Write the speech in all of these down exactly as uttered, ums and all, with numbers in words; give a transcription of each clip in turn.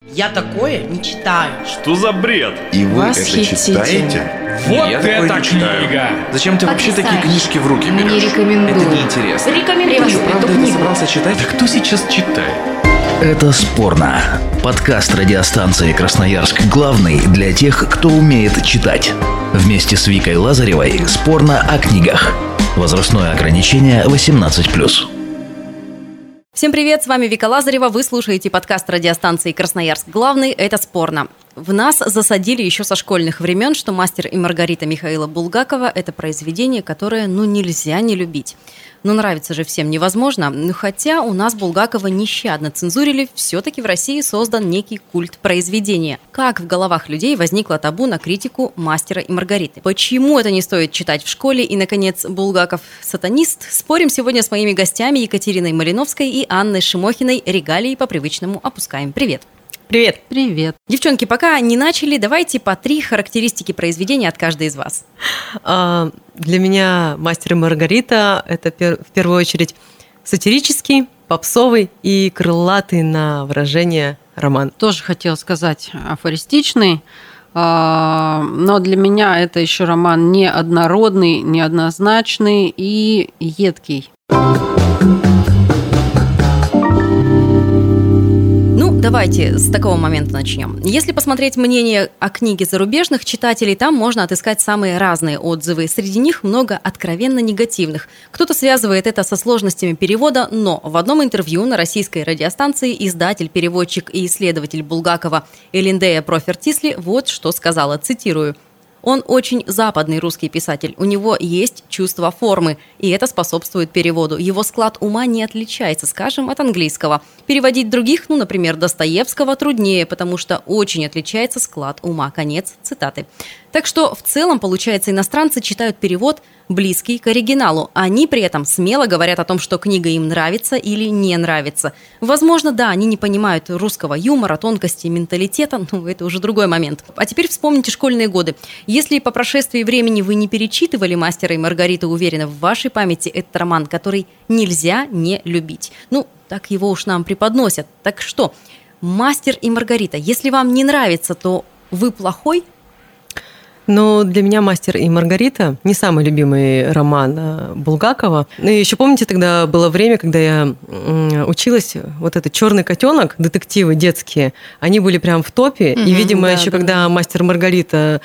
Я такое не читаю. Что за бред? И вы это читаете? Вот Я эта книга! Зачем ты вообще такие книжки в руки берешь? Не рекомендую. Это неинтересно. Рекомендую. Ты что, правда не собрался читать? Да кто сейчас читает? Это «Спорно». Подкаст радиостанции «Красноярск» главный для тех, кто умеет читать. Вместе с Викой Лазаревой «Спорно о книгах». Возрастное ограничение восемнадцать плюс. Всем привет, с вами Вика Лазарева, вы слушаете подкаст радиостанции «Красноярск главный». Это «Спорно». В нас засадили еще со школьных времен, что «Мастер и Маргарита» Михаила Булгакова – это произведение, которое, ну, нельзя не любить. Но нравится же всем невозможно. Ну, хотя у нас Булгакова нещадно цензурили, все-таки в России создан некий культ произведения. Как в головах людей возникло табу на критику «Мастера и Маргариты»? Почему это не стоит читать в школе? И, наконец, Булгаков сатанист? Спорим сегодня с моими гостями Екатериной Малиновской и Анной Шимохиной. Регалии по привычному опускаем. Привет! Привет. Привет. Девчонки, пока не начали, давайте по три характеристики произведения от каждой из вас. А, для меня «Мастер и Маргарита» – это пер- в первую очередь сатирический, попсовый и крылатый на выражение роман. Тоже хотела сказать афористичный, но для меня это еще роман неоднородный, неоднозначный и едкий. Давайте с такого момента начнем. Если посмотреть мнение о книге зарубежных читателей, там можно отыскать самые разные отзывы. Среди них много откровенно негативных. Кто-то связывает это со сложностями перевода, но в одном интервью на российской радиостанции издатель, переводчик и исследователь Булгакова Элиндея Профертисли вот что сказала, цитирую. Он очень западный русский писатель, у него есть чувство формы, и это способствует переводу. Его склад ума не отличается, скажем, от английского. Переводить других, ну, например, Достоевского, труднее, потому что очень отличается склад ума. Конец цитаты. Так что в целом, получается, иностранцы читают перевод близкий к оригиналу. Они при этом смело говорят о том, что книга им нравится или не нравится. Возможно, да, они не понимают русского юмора, тонкости, менталитета, но это уже другой момент. А теперь вспомните школьные годы. Если по прошествии времени вы не перечитывали «Мастера и Маргариту», уверена, в вашей памяти этот роман, который нельзя не любить. Ну, так его уж нам преподносят. Так что, «Мастер и Маргарита», если вам не нравится, то вы плохой? Но для меня «Мастер и Маргарита» не самый любимый роман Булгакова. Ну и еще помните, тогда было время, когда я училась, вот этот «Черный котенок», детективы детские, они были прям в топе. Mm-hmm, и, видимо, да, еще да. когда «Мастер и Маргарита»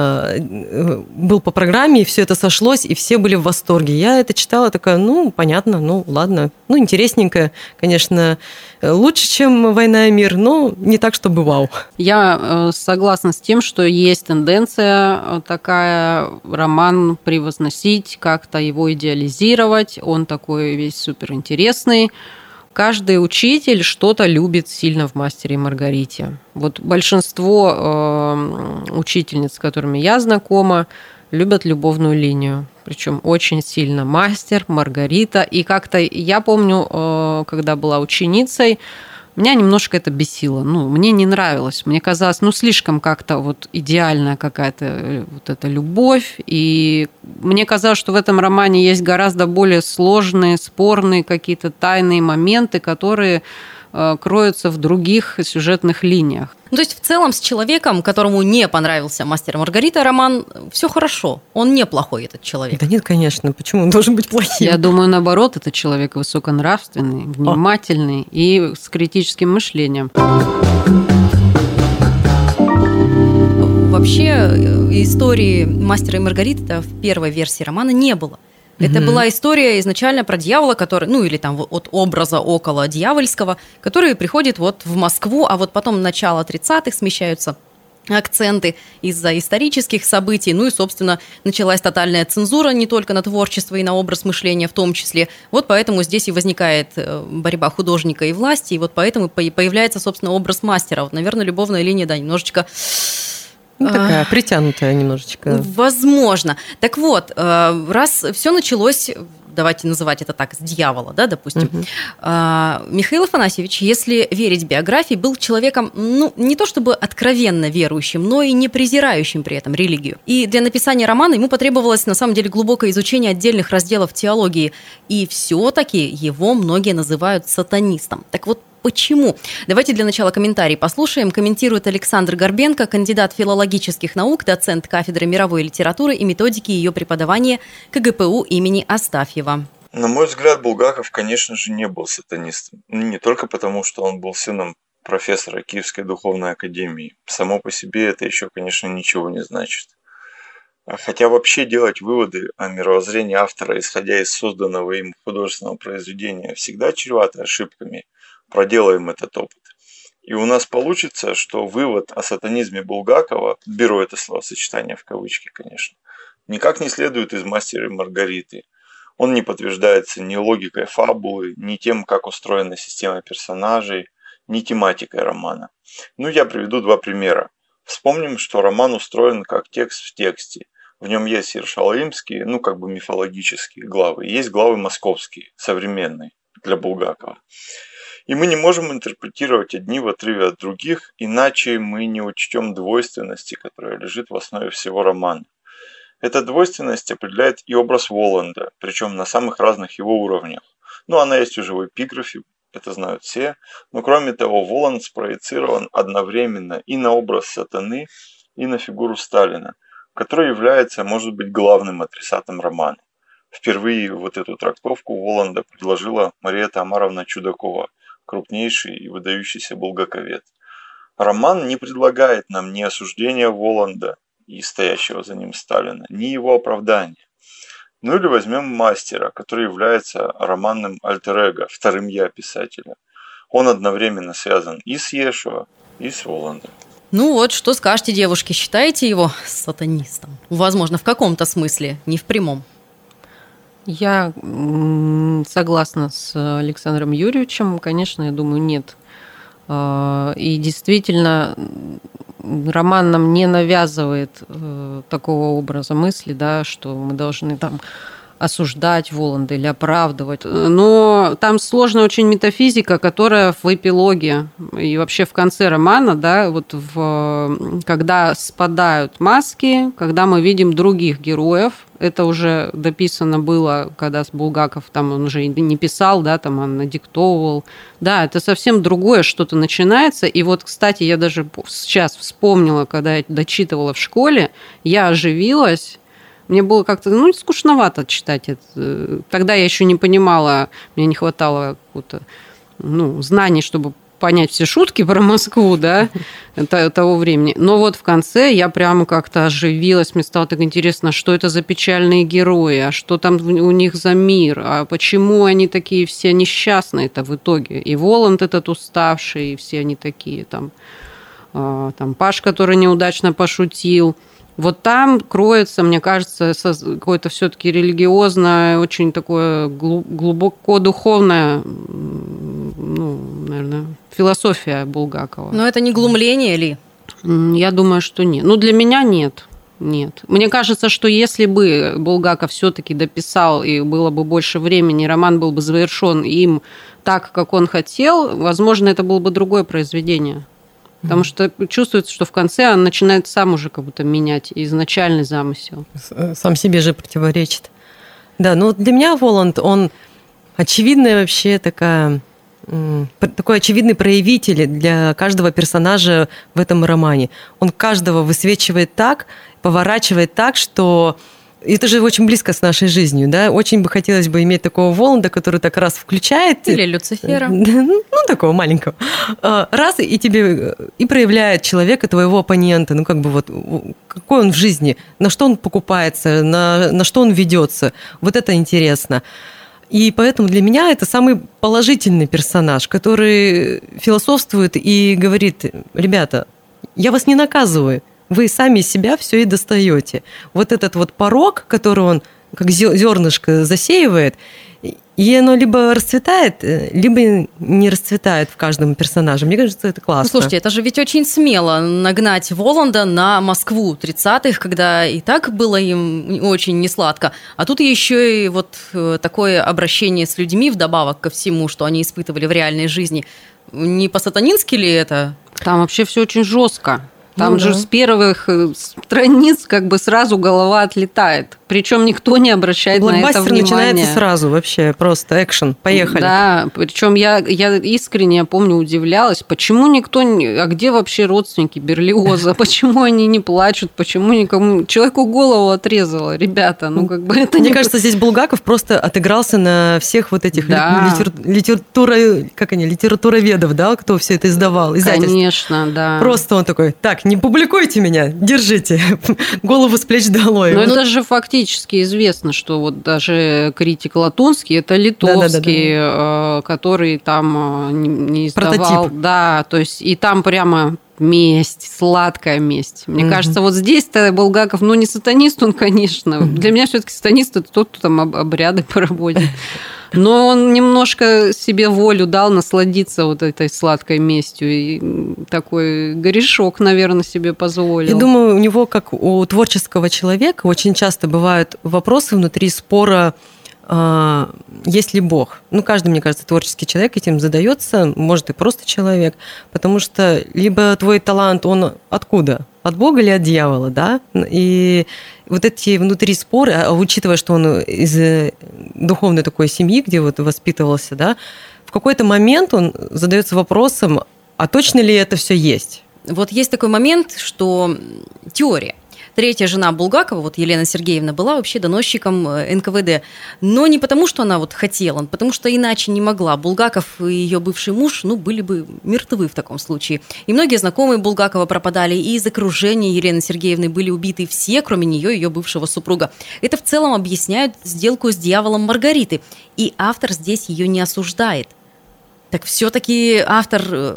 был по программе, и все это сошлось, и все были в восторге. Я это читала, такая, ну, понятно, ну, ладно. Ну, интересненько, конечно, лучше, чем «Война и мир», но не так, чтобы вау. Я согласна с тем, что есть тенденция такая, роман превозносить, как-то его идеализировать, он такой весь суперинтересный. Каждый учитель что-то любит сильно в «Мастере и Маргарите». Вот большинство э, учительниц, с которыми я знакома, любят любовную линию, причем очень сильно. «Мастер», «Маргарита». И как-то я помню, э, когда была ученицей, меня немножко это бесило. Ну, мне не нравилось. Мне казалось, ну, слишком как-то вот идеальная какая-то вот эта любовь. И мне казалось, что в этом романе есть гораздо более сложные, спорные какие-то тайные моменты, которые э, кроются в других сюжетных линиях. Ну, то есть, в целом, с человеком, которому не понравился «Мастер и Маргарита» роман, все хорошо. Он не плохой, этот человек. Да нет, конечно. Почему он должен быть плохим? Я думаю, наоборот, это человек высоконравственный, внимательный О. и с критическим мышлением. Вообще, истории «Мастера и Маргариты» в первой версии романа не было. Это mm-hmm. была история изначально про дьявола, который, ну или там от образа около дьявольского, который приходит вот в Москву, а вот потом начало тридцатых смещаются акценты из-за исторических событий, ну и, собственно, началась тотальная цензура не только на творчество и на образ мышления в том числе. Вот поэтому здесь и возникает борьба художника и власти, и вот поэтому появляется, собственно, образ мастера. Вот, наверное, любовная линия, да, немножечко... Ну, такая притянутая немножечко. Возможно. Так вот, раз все началось, давайте называть это так, с дьявола, да, допустим, угу. Михаил Афанасьевич, если верить биографии, был человеком, ну, не то чтобы откровенно верующим, но и не презирающим при этом религию. И для написания романа ему потребовалось, на самом деле, глубокое изучение отдельных разделов теологии. И все-таки его многие называют сатанистом. Так вот, почему? Давайте для начала комментарий послушаем. Комментирует Александр Горбенко, кандидат филологических наук, доцент кафедры мировой литературы и методики ее преподавания ка гэ пэ у имени Астафьева. На мой взгляд, Булгаков, конечно же, не был сатанистом. Не только потому, что он был сыном профессора Киевской духовной академии. Само по себе это еще, конечно, ничего не значит. Хотя вообще делать выводы о мировоззрении автора, исходя из созданного им художественного произведения, всегда чревато ошибками. Проделаем этот опыт. И у нас получится, что вывод о сатанизме Булгакова, беру это словосочетание в кавычки, конечно, никак не следует из «Мастера и Маргариты». Он не подтверждается ни логикой фабулы, ни тем, как устроена система персонажей, ни тематикой романа. Ну, я приведу два примера. Вспомним, что роман устроен как текст в тексте. В нем есть иерушалаимские, ну, как бы мифологические главы, есть главы московские, современные, для Булгакова. И мы не можем интерпретировать одни в отрыве от других, иначе мы не учтем двойственности, которая лежит в основе всего романа. Эта двойственность определяет и образ Воланда, причем на самых разных его уровнях. Ну, она есть уже в эпиграфе, это знают все. Но кроме того, Воланд спроецирован одновременно и на образ сатаны, и на фигуру Сталина, который является, может быть, главным адресатом романа. Впервые вот эту трактовку Воланда предложила Мария Тамаровна Чудакова, крупнейший и выдающийся булгаковед. Роман не предлагает нам ни осуждения Воланда и стоящего за ним Сталина, ни его оправдания. Ну или возьмем «Мастера», который является романным альтер-эго, вторым «я» писателя. Он одновременно связан и с Иешуа, и с Воландом. Ну вот, что скажете, девушки, считаете его сатанистом? Возможно, в каком-то смысле, не в прямом. Я согласна с Александром Юрьевичем. Конечно, я думаю, нет. И действительно, роман нам не навязывает такого образа мысли, да, что мы должны там осуждать Воланда или оправдывать. Но там сложная очень метафизика, которая в эпилоге и вообще в конце романа, да, вот в, когда спадают маски, когда мы видим других героев, это уже дописано было, когда Булгаков там он уже не писал, да, там он надиктовывал. Да, это совсем другое что-то начинается. И вот, кстати, я даже сейчас вспомнила, когда я дочитывала в школе, я оживилась. Мне было как-то, ну, скучновато читать это. Тогда я еще не понимала, мне не хватало какого-то, ну, знаний, чтобы понять все шутки про Москву, да, того времени. Но вот в конце я прямо как-то оживилась, мне стало так интересно, что это за печальные герои, а что там у них за мир, а почему они такие все несчастные-то в итоге. И Воланд этот уставший, и все они такие, там, там Паш, который неудачно пошутил. Вот там кроется, мне кажется, какое-то все-таки религиозное, очень такое глубоко духовное, ну, наверное, философия Булгакова. Но это не глумление ли? Я думаю, что нет. Ну, для меня нет. Нет. Мне кажется, что если бы Булгаков все-таки дописал и было бы больше времени, роман был бы завершен им так, как он хотел, возможно, это было бы другое произведение. Потому что чувствуется, что в конце он начинает сам уже как будто менять изначальный замысел. Сам себе же противоречит. Да, ну для меня Воланд, он очевидная вообще такая, такой очевидный проявитель для каждого персонажа в этом романе. Он каждого высвечивает так, поворачивает так, что... Это же очень близко с нашей жизнью, да? Очень бы хотелось бы иметь такого Воланда, который так раз включает... Или Люцифера. Ну, такого маленького. Раз, и тебе... И проявляет человека, твоего оппонента. Ну, как бы вот... Какой он в жизни? На что он покупается? На, на что он ведется? Вот это интересно. И поэтому для меня это самый положительный персонаж, который философствует и говорит: ребята, я вас не наказываю. Вы сами себя все и достаете. Вот этот вот порок, который он как зернышко засеивает, и оно либо расцветает, либо не расцветает в каждом персонаже. Мне кажется, это классно. Ну, слушайте, это же ведь очень смело нагнать Воланда на Москву тридцатых, когда и так было им очень несладко. А тут еще и вот такое обращение с людьми вдобавок ко всему, что они испытывали в реальной жизни. Не по-сатанински ли это? Там вообще все очень жестко. Там ну, же да. с первых страниц как бы сразу голова отлетает. причем никто не обращает на это Блокбастер внимания. начинается сразу вообще, просто экшен, поехали. Да, причем я, я искренне, я помню, удивлялась, почему никто, не... а где вообще родственники Берлиоза, почему они не плачут, почему никому... Человеку голову отрезало, ребята, ну как бы это Мне не... кажется, здесь Булгаков просто отыгрался на всех вот этих Да. литер... литература... как они, литературоведов, да, кто все это издавал, издательств. Конечно, да. Просто он такой, так, не публикуйте меня, держите, голову с плеч долой. Но Вот. это же фактически известно, что вот даже критик Латунский, это Литовский, э, который там э, не, не издавал. Прототип. Да, то есть и там прямо месть, сладкая месть. Мне Мгм. кажется, вот здесь-то Булгаков, ну не сатанист он, конечно. Для меня все-таки сатанист это тот, кто там об- обряды проводит. Но он немножко себе волю дал насладиться вот этой сладкой местью. И такой грешок, наверное, себе позволил. Я думаю, у него, как у творческого человека, очень часто бывают вопросы внутри спора, а, есть ли Бог. Ну, каждый, мне кажется, творческий человек этим задается, может, и просто человек, потому что либо твой талант, он откуда? От Бога или от дьявола, да? И вот эти внутри споры, а учитывая, что он из э, духовной такой семьи, где вот воспитывался, да, в какой-то момент он задается вопросом, а точно ли это все есть? Вот есть такой момент, что теория. Третья жена Булгакова, вот Елена Сергеевна, была вообще доносчиком эн ка вэ дэ. Но не потому, что она вот хотела, а потому что иначе не могла. Булгаков и ее бывший муж, ну, были бы мертвы в таком случае. И многие знакомые Булгакова пропадали, и из окружения Елены Сергеевны были убиты все, кроме нее и ее бывшего супруга. Это в целом объясняет сделку с дьяволом Маргариты. И автор здесь ее не осуждает. Так все-таки автор э,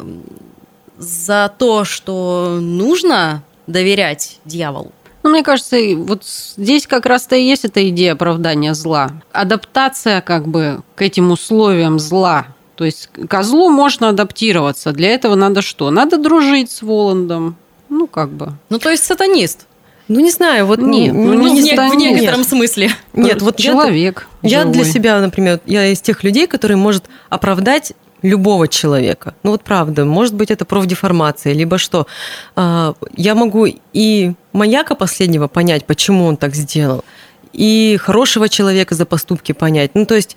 за то, что нужно доверять дьяволу. Ну, мне кажется, вот здесь как раз-то и есть эта идея оправдания зла. Адаптация как бы к этим условиям зла. То есть ко злу можно адаптироваться. Для этого надо что? Надо дружить с Воландом. Ну, как бы. Ну, то есть сатанист. Ну, не знаю, вот... Нет, ну, Ну, не в, не- в станет. некотором смысле. Нет, вот я- человек. Я для живой. себя, например, я из тех людей, которые может оправдать любого человека. Ну вот правда, может быть, это профдеформация, либо что. А, Я могу и маньяка последнего понять, почему он так сделал, и хорошего человека за поступки понять. Ну то есть...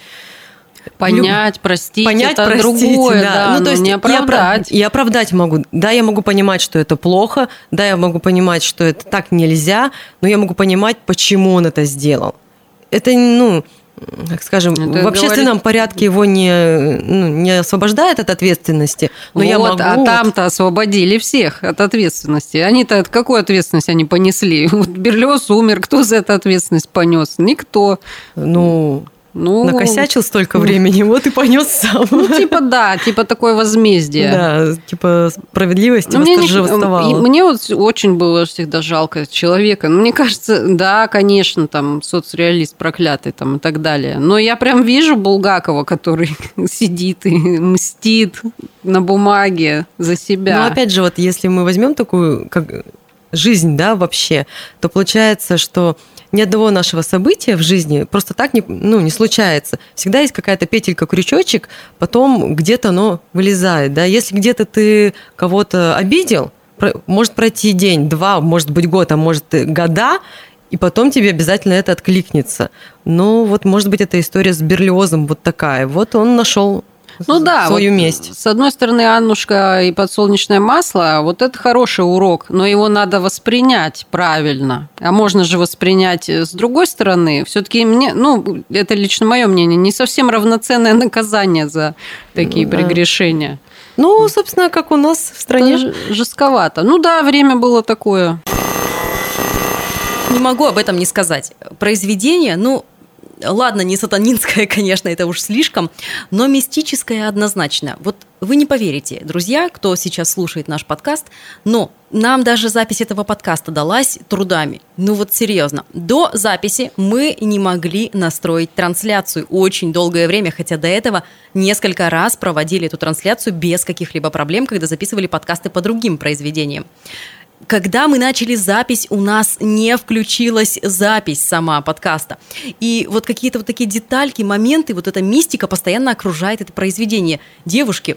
Понять, простить, Понять, это простить, другое, да. да, Ну, то но есть не и опра- оправдать. И оправдать могу. Да, я могу понимать, что это плохо, да, я могу понимать, что это так нельзя, но я могу понимать, почему он это сделал. Это, ну, как скажем, Это в общественном говорит- порядке его не, ну, не освобождает от ответственности, но вот, я могу... а там-то освободили всех от ответственности. Они-то от какой ответственности они понесли? Вот Берлиоз умер, кто за эту ответственность понес? Никто. Ну, Ну, накосячил столько времени, вот и понес сам. Ну, типа, да, типа такое возмездие. Да, типа справедливости Но мне, не- восторжествовала. и мне вот очень было всегда жалко человека. Но мне кажется, да, конечно, там соцреалист проклятый там, и так далее. Но я прям вижу Булгакова, который сидит и мстит на бумаге за себя. Но опять же, вот если мы возьмем такую как жизнь, да, вообще, то получается, что ни одного нашего события в жизни просто так не, ну, не случается. Всегда есть какая-то петелька, крючочек, потом где-то оно вылезает. Да? Если где-то ты кого-то обидел, про- может пройти день, два, может быть год, а может и года, и потом тебе обязательно это откликнется. Ну, вот, может быть, эта история с Берлиозом вот такая. Вот он нашел Ну да, свою вот месть. с одной стороны, Аннушка и подсолнечное масло, вот это хороший урок, но его надо воспринять правильно. А можно же воспринять с другой стороны. Все-таки мне, ну, это лично мое мнение, не совсем равноценное наказание за такие Ну да. прегрешения. Ну, собственно, как у нас в стране. Это ж- жестковато. Ну да, время было такое. Не могу об этом не сказать. Произведение, ну, ладно, не сатанинское, конечно, это уж слишком, но мистическое однозначно. Вот вы не поверите, друзья, кто сейчас слушает наш подкаст, но нам даже запись этого подкаста далась трудами. Ну вот серьезно. До записи мы не могли настроить трансляцию очень долгое время, хотя до этого несколько раз проводили эту трансляцию без каких-либо проблем, когда записывали подкасты по другим произведениям. Когда мы начали запись, у нас не включилась запись сама подкаста. И вот какие-то вот такие детальки, моменты, вот эта мистика постоянно окружает это произведение. Девушки,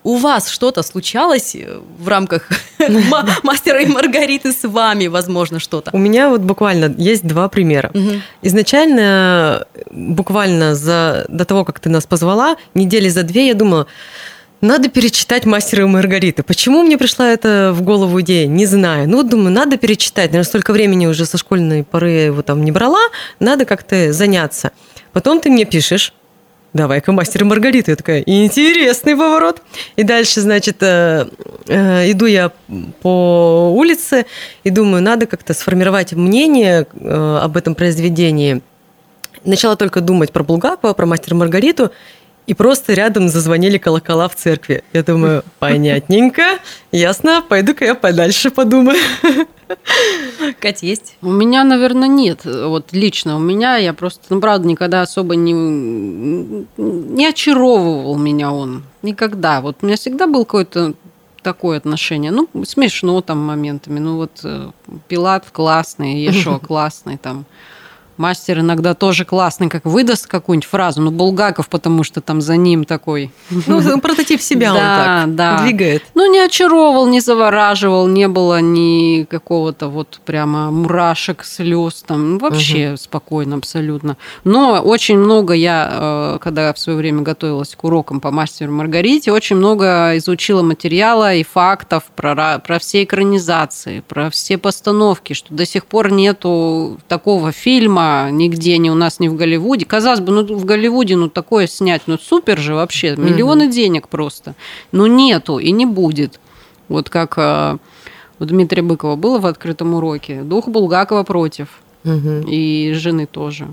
у вас что-то случалось в рамках «Мастера и Маргариты» с вами, возможно, что-то? У меня вот буквально есть два примера. Угу. Изначально, буквально за, до того, как ты нас позвала, недели за две я думала, надо перечитать «Мастера и Маргариты». Почему мне пришла это в голову идея? Не знаю. Ну, вот думаю, надо перечитать. Наверное, столько времени уже со школьной поры я его там не брала. Надо как-то заняться. Потом ты мне пишешь, давай-ка «Мастер и Маргарита». Я такая, интересный поворот. И дальше, значит, э, э, иду я по улице и думаю, надо как-то сформировать мнение э, об этом произведении. Начала только думать про Булгакова, про «Мастера и Маргариту», и просто рядом зазвонили колокола в церкви. Я думаю, понятненько, ясно, пойду-ка я подальше подумаю. Кать, есть? У меня, наверное, нет. Вот лично у меня, я просто, ну, правда, никогда особо не, не очаровывал меня он. Никогда. Вот у меня всегда был какой-то такое отношение. Ну, смешно там моментами. Ну, вот Пилат классный, Ешо классный там. Мастер иногда тоже классный, как выдаст какую-нибудь фразу, ну, Булгаков, потому что там за ним такой... Ну, прототип себя он так да. двигает. Ну, не очаровывал, не завораживал, не было ни какого-то вот прямо мурашек, слез там, вообще угу. спокойно абсолютно. Но очень много я, когда в свое время готовилась к урокам по «Мастеру и Маргарите», очень много изучила материала и фактов про, про все экранизации, про все постановки, что до сих пор нету такого фильма, нигде, ни у нас, ни в Голливуде. Казалось бы, ну в Голливуде ну такое снять, ну супер же вообще, миллионы mm-hmm. денег просто. Но нету и не будет. Вот как у Дмитрия Быкова было в «Открытом уроке». Дух Булгакова против. Mm-hmm. И жены тоже.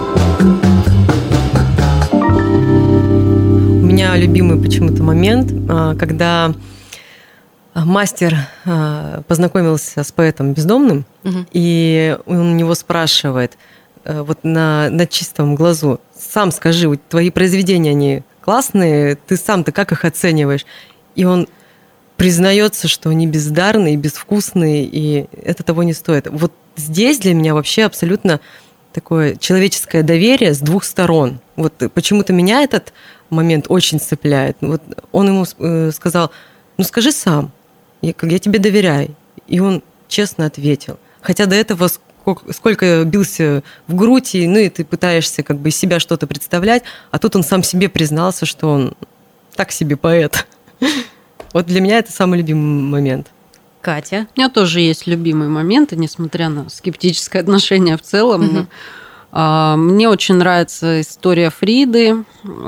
У меня любимый почему-то момент, когда мастер познакомился с поэтом Бездомным, угу. и он у него спрашивает, вот на, на чистом глазу, сам скажи, вот твои произведения, они классные, ты сам-то как их оцениваешь? И он признается, что они бездарные, безвкусные, и это того не стоит. Вот здесь для меня вообще абсолютно такое человеческое доверие с двух сторон. Вот почему-то меня этот момент очень цепляет. Вот он ему сказал, ну скажи сам, я, я тебе доверяю. И он честно ответил. Хотя до этого сколько, сколько бился в грудь, и, ну и ты пытаешься как бы из себя что-то представлять, а тут он сам себе признался, что он так себе поэт. Вот для меня это самый любимый момент. Катя? У меня тоже есть любимые моменты, несмотря на скептическое отношение в целом. Угу. Мне очень нравится история Фриды.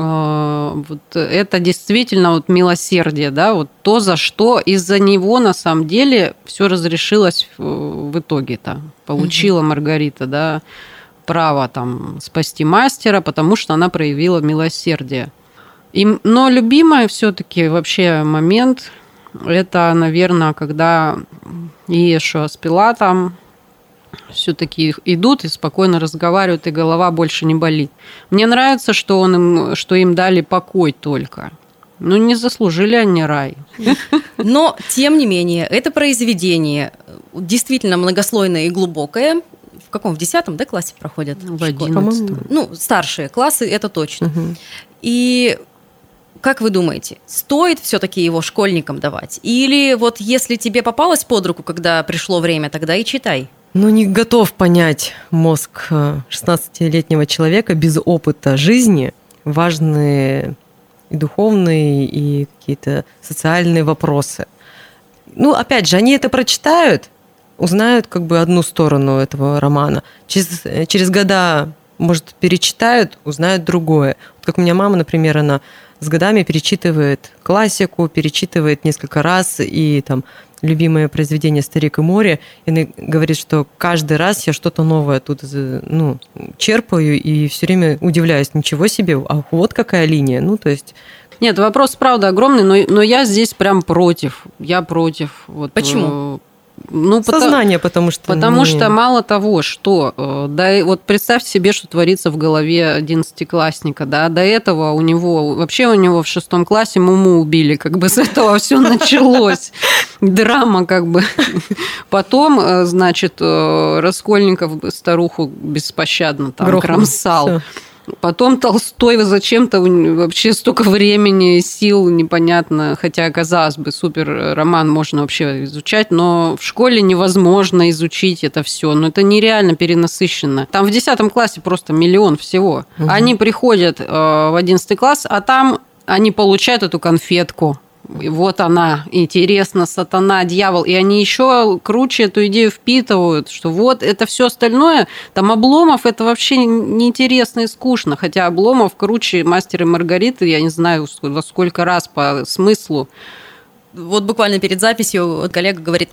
Вот это действительно вот милосердие, да, вот то, за что из-за него на самом деле все разрешилось в итоге-то. Получила Маргарита, да, право там спасти мастера, потому что она проявила милосердие. И, но любимый все-таки вообще момент это, наверное, когда Иешуа с Пилатом все-таки идут и спокойно разговаривают, и голова больше не болит. Мне нравится, что, он им, что им дали покой только. Ну, не заслужили они рай. Но, тем не менее, это произведение действительно многослойное и глубокое. В каком? В десятом, да, классе проходят? В одиннадцатом. Ну, старшие классы, это точно. Угу. И как вы думаете, стоит все-таки его школьникам давать? Или вот если тебе попалось под руку, когда пришло время, тогда и читай? Ну, не готов понять мозг шестнадцатилетнего человека без опыта жизни важные и духовные, и какие-то социальные вопросы. Ну, опять же, они это прочитают, узнают как бы одну сторону этого романа. Через, через года, может, перечитают, узнают другое. Вот как у меня мама, например, она с годами перечитывает классику, перечитывает несколько раз, и там любимое произведение «Старик и море», и она говорит, что каждый раз я что-то новое тут ну, черпаю, и все время удивляюсь, ничего себе, а вот какая линия, ну, то есть... Нет, вопрос, правда, огромный, но, но я здесь прям против, я против. Вот, почему? Ну, Сознание, потому что... Потому не... что мало того, что... Да, вот представьте себе, что творится в голове одиннадцатиклассника, да, до этого у него... Вообще у него в шестом классе Муму убили, как бы с этого все началось. Драма как бы. Потом, значит, Раскольников старуху беспощадно там кромсал. Потом Толстой зачем-то вообще столько времени, сил, непонятно. Хотя, казалось бы, супер роман можно вообще изучать, но в школе невозможно изучить это все. Но это нереально перенасыщенно. Там в десятом классе просто миллион всего. Угу. Они приходят э, в одиннадцатый класс, а там они получают эту конфетку. И вот она, интересно, сатана, дьявол. И они еще круче эту идею впитывают, что вот это все остальное, там Обломов, это вообще неинтересно и скучно. Хотя Обломов круче «Мастера и Маргариты», я не знаю, во сколько раз по смыслу. Вот буквально перед записью коллега говорит: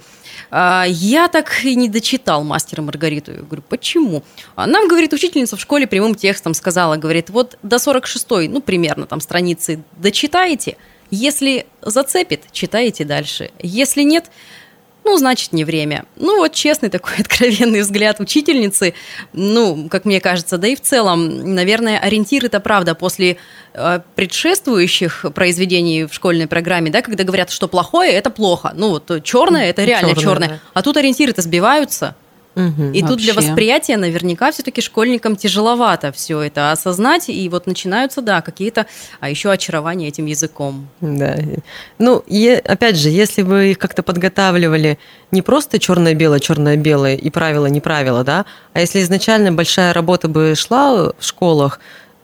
я так и не дочитал «Мастера и Маргариту». Я говорю: почему? Нам, говорит, учительница в школе прямым текстом сказала, говорит, вот до сорок шестой, ну, примерно там страницы дочитаете. Если зацепит, читаете дальше. Если нет, ну, значит, не время. Ну, вот честный такой откровенный взгляд учительницы. Ну, как мне кажется, да и в целом, наверное, ориентир-то правда после э, предшествующих произведений в школьной программе, да, когда говорят, что плохое – это плохо. Ну, вот черное – это реально черное. Да. А тут ориентиры-то сбиваются. Угу, и вообще. Тут для восприятия наверняка все-таки школьникам тяжеловато все это осознать, и вот начинаются, да, какие-то, а еще очарования этим языком. Да. Ну, и, опять же, если вы их как-то подготавливали не просто черное-белое, черное-белое и правило, не правило, да, а если изначально большая работа бы шла в школах,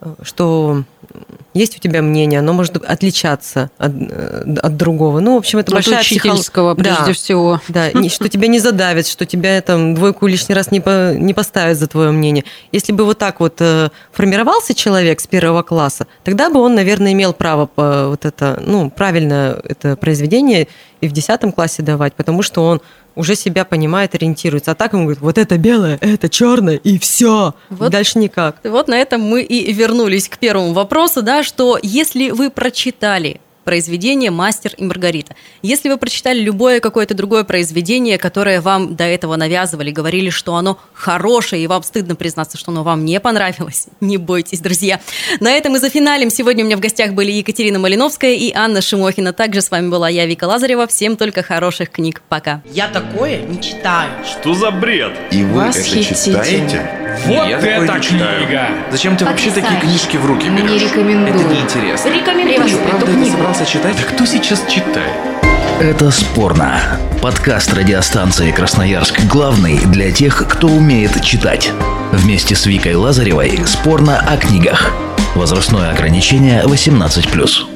что есть у тебя мнение, оно может отличаться от, от другого. Ну, в общем, это от большая учительского, психо... прежде да, всего. Да, что тебя не задавят, что тебя там двойку лишний раз не, по... не поставят за твое мнение. Если бы вот так вот формировался человек с первого класса, тогда бы он, наверное, имел право по вот это, ну, правильно это произведение и в десятом классе давать, потому что он уже себя понимает, ориентируется. А так ему говорит, вот это белое, это черное, и все. Вот, дальше никак. Вот на этом мы и вернулись к первому вопросу, да, что если вы прочитали произведение «Мастер и Маргарита», если вы прочитали любое какое-то другое произведение, которое вам до этого навязывали, говорили, что оно хорошее, и вам стыдно признаться, что оно вам не понравилось, не бойтесь, друзья. На этом мы зафиналим. Сегодня у меня в гостях были Екатерина Малиновская и Анна Шимохина. Также с вами была я, Вика Лазарева. Всем только хороших книг. Пока. Я такое не читаю. Что за бред? И вы это читаете? Вот я это книга! Зачем ты вообще такие книжки в руки берешь? Не рекомендую. Это неинтересно. Рекомендую. Ты правда это собрался читать? Да кто сейчас читает? Это «Спорно». Подкаст радиостанции «Красноярск» главный для тех, кто умеет читать. Вместе с Викой Лазаревой «Спорно о книгах». Возрастное ограничение восемнадцать плюс.